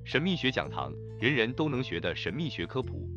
神秘学讲堂，人人都能学的神秘学科普。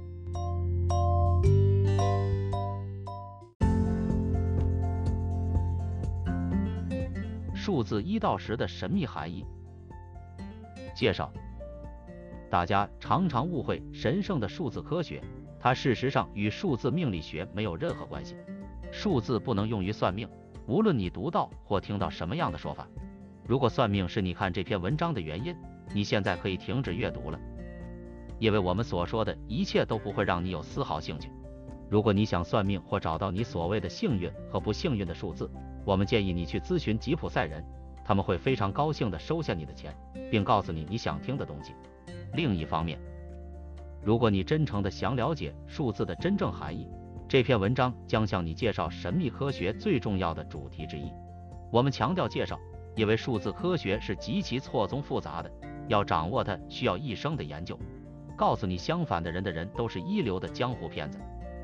数字1到10的神秘含义。介绍：大家常常误会神圣的数字科学，它事实上与数字命理学没有任何关系。数字不能用于算命，无论你读到或听到什么样的说法。如果算命是你看这篇文章的原因，你现在可以停止阅读了，因为我们所说的一切都不会让你有丝毫兴趣。如果你想算命或找到你所谓的幸运和不幸运的数字，我们建议你去咨询吉普赛人，他们会非常高兴地收下你的钱，并告诉你你想听的东西。另一方面，如果你真诚地想了解数字的真正含义，这篇文章将向你介绍神秘科学最重要的主题之一。我们强调介绍，因为数字科学是极其错综复杂的，要掌握它需要一生的研究。告诉你相反的人的人都是一流的江湖骗子。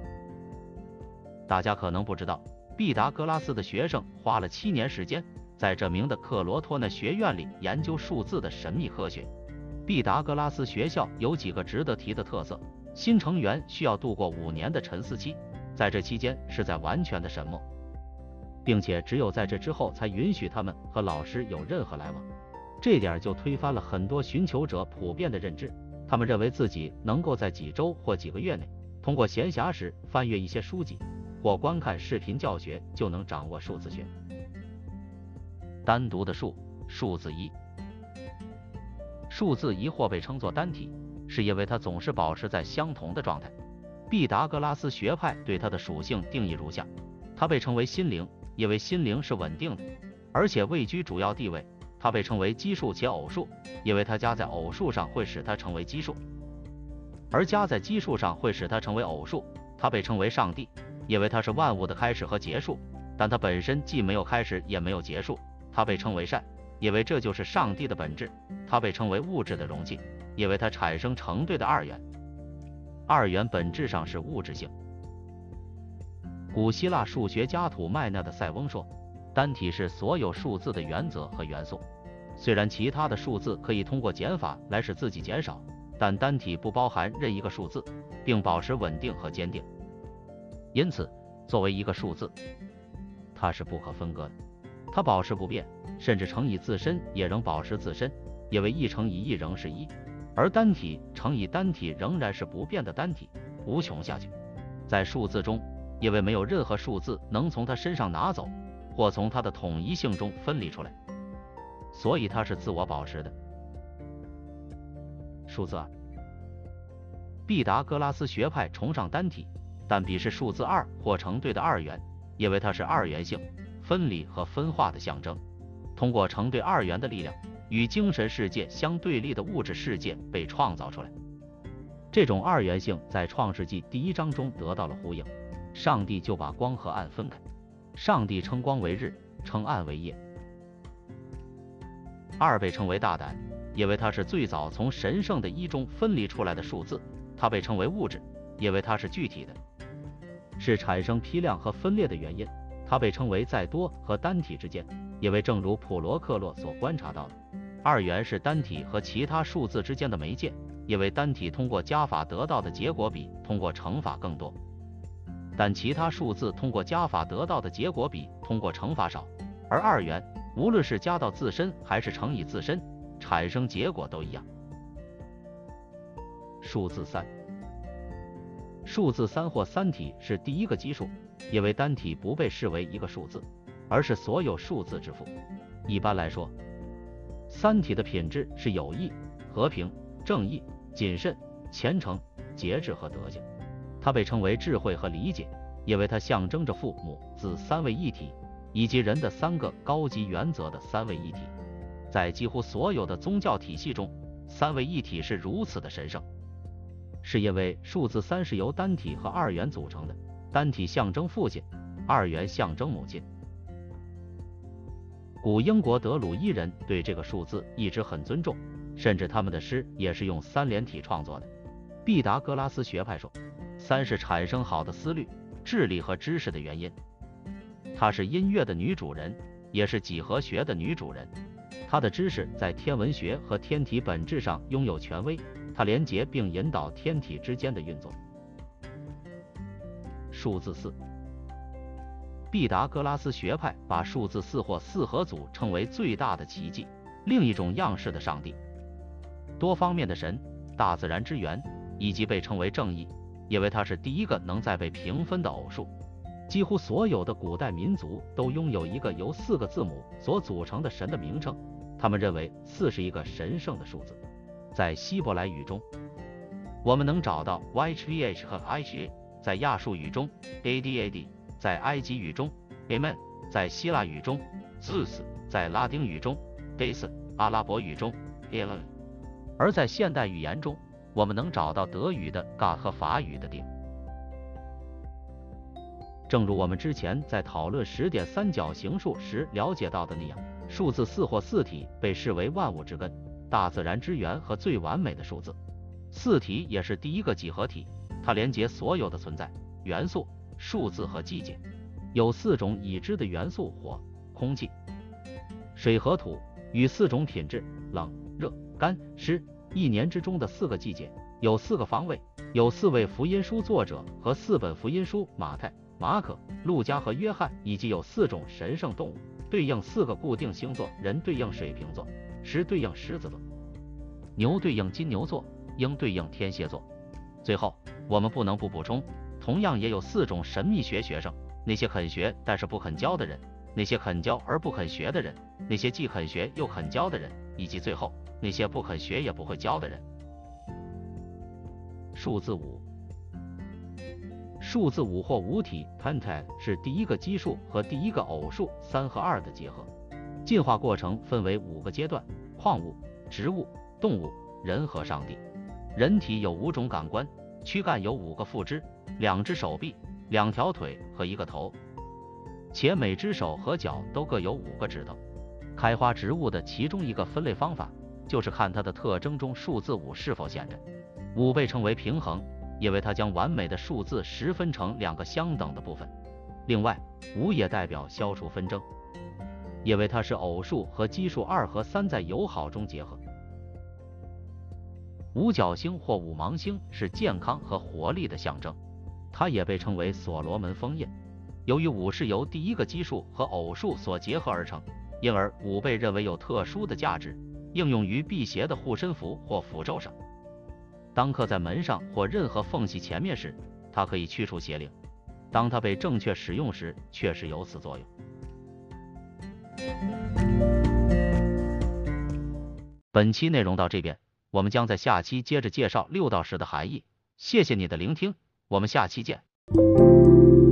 大家可能不知道，毕达哥拉斯的学生花了7年时间，在这名的克罗托讷学院里研究数字的神秘科学。毕达哥拉斯学校有几个值得提的特色：新成员需要度过5年的沉思期，在这期间是在完全的沉默，并且只有在这之后才允许他们和老师有任何来往。这点就推翻了很多寻求者普遍的认知，他们认为自己能够在几周或几个月内，通过闲暇时翻阅一些书籍或观看视频教学就能掌握数字学。单独的数字1。数字1或被称作单体，是因为它总是保持在相同的状态。毕达哥拉斯学派对它的属性定义如下：它被称为心灵，因为心灵是稳定的，而且位居主要地位。它被称为奇数且偶数，因为它加在偶数上会使它成为奇数，而加在奇数上会使它成为偶数。它被称为上帝，因为它是万物的开始和结束，但它本身既没有开始也没有结束。它被称为善，因为这就是上帝的本质。它被称为物质的容器，因为它产生成对的二元。二元本质上是物质性。古希腊数学家土麦纳的塞翁说，单体是所有数字的原则和元素。虽然其他的数字可以通过减法来使自己减少，但单体不包含任一个数字，并保持稳定和坚定。因此，作为一个数字，它是不可分割的，它保持不变，甚至乘以自身也仍保持自身，因为1乘以1仍是1，而单体乘以单体仍然是不变的单体，无穷下去。在数字中，因为没有任何数字能从它身上拿走，或从它的统一性中分离出来，所以它是自我保持的。数字2。毕达哥拉斯学派崇尚单体，但鄙视数字2或成对的二元，因为它是二元性、分离和分化的象征。通过成对二元的力量，与精神世界相对立的物质世界被创造出来。这种二元性在创世纪第1章中得到了呼应，上帝就把光和暗分开，上帝称光为日，称暗为夜。2被称为大胆，因为它是最早从神圣的1中分离出来的数字。它被称为物质，因为它是具体的，是产生批量和分裂的原因。它被称为在多和单体之间，因为正如普罗克洛所观察到的，二元是单体和其他数字之间的媒介，因为单体通过加法得到的结果比通过乘法更多，但其他数字通过加法得到的结果比通过乘法少。而二元无论是加到自身还是乘以自身，产生结果都一样。数字3。数字3或三体是第一个奇数，因为单体不被视为一个数字，而是所有数字之父。一般来说，三体的品质是友谊、和平、正义、谨慎、虔诚、节制和德行。它被称为智慧和理解，因为它象征着父母子三位一体，以及人的3个高级原则的三位一体。在几乎所有的宗教体系中，三位一体是如此的神圣，是因为数字3是由单体和二元组成的，单体象征父亲，二元象征母亲。古英国德鲁伊人对这个数字一直很尊重，甚至他们的诗也是用3连体创作的。毕达哥拉斯学派说，3是产生好的思虑、智力和知识的原因。她是音乐的女主人，也是几何学的女主人。 他的知识在天文学和天体本质上拥有权威，他连接并引导天体之间的运作。数字4，毕达哥拉斯学派把数字4或四合组称为最大的奇迹，另一种样式的上帝，多方面的神，大自然之源，以及被称为正义，因为它是第一个能再被平分的偶数。几乎所有的古代民族都拥有一个由4个字母所组成的神的名称，他们认为4是一个神圣的数字。在希伯来语中，我们能找到 YHVH 和 IHA， 在亚述语中 ADAD， 在埃及语中 Amen， 在希腊语中 Zeus， 在拉丁语中 Deus， 阿拉伯语中 Elohim， 而在现代语言中，我们能找到德语的 God 和法语的 D。正如我们之前在讨论10点三角形数时了解到的那样，数字4或四体被视为万物之根、大自然之源和最完美的数字。四体也是第一个几何体，它连接所有的存在、元素、数字和季节。有4种已知的元素：火、空气、水和土，与4种品质：冷、热、干、湿。一年之中的4个季节，有4个方位，有4位福音书作者和4本福音书：马太、马可、路加和约翰，以及有4种神圣动物，对应4个固定星座：人对应水瓶座，狮对应狮子座，牛对应金牛座，鹰对应天蝎座。最后，我们不能不补充，同样也有4种神秘学学生：那些肯学但是不肯教的人，那些肯教而不肯学的人，那些既肯学又肯教的人，以及最后那些不肯学也不会教的人。数字5，数字5或五体 Pentad 是第一个奇数和第一个偶数3和2的结合。进化过程分为5个阶段：矿物、植物、动物、人和上帝。人体有5种感官，躯干有5个附肢，2只手臂、2条腿和1个头，且每只手和脚都各有5个指头。开花植物的其中一个分类方法，就是看它的特征中数字5是否现着。5被称为平衡，因为它将完美的数字10分成2个相等的部分。另外，5也代表消除纷争，因为它是偶数和奇数2和3在友好中结合。五角星或五芒星是健康和活力的象征，它也被称为所罗门枫叶。由于5是由第一个奇数和偶数所结合而成，因而5被认为有特殊的价值，应用于辟邪的护身符或符咒上。当刻在门上或任何缝隙前面时，它可以驱除邪灵；当它被正确使用时，确实有此作用。本期内容到这边，我们将在下期接着介绍6到10的含义。谢谢你的聆听，我们下期见。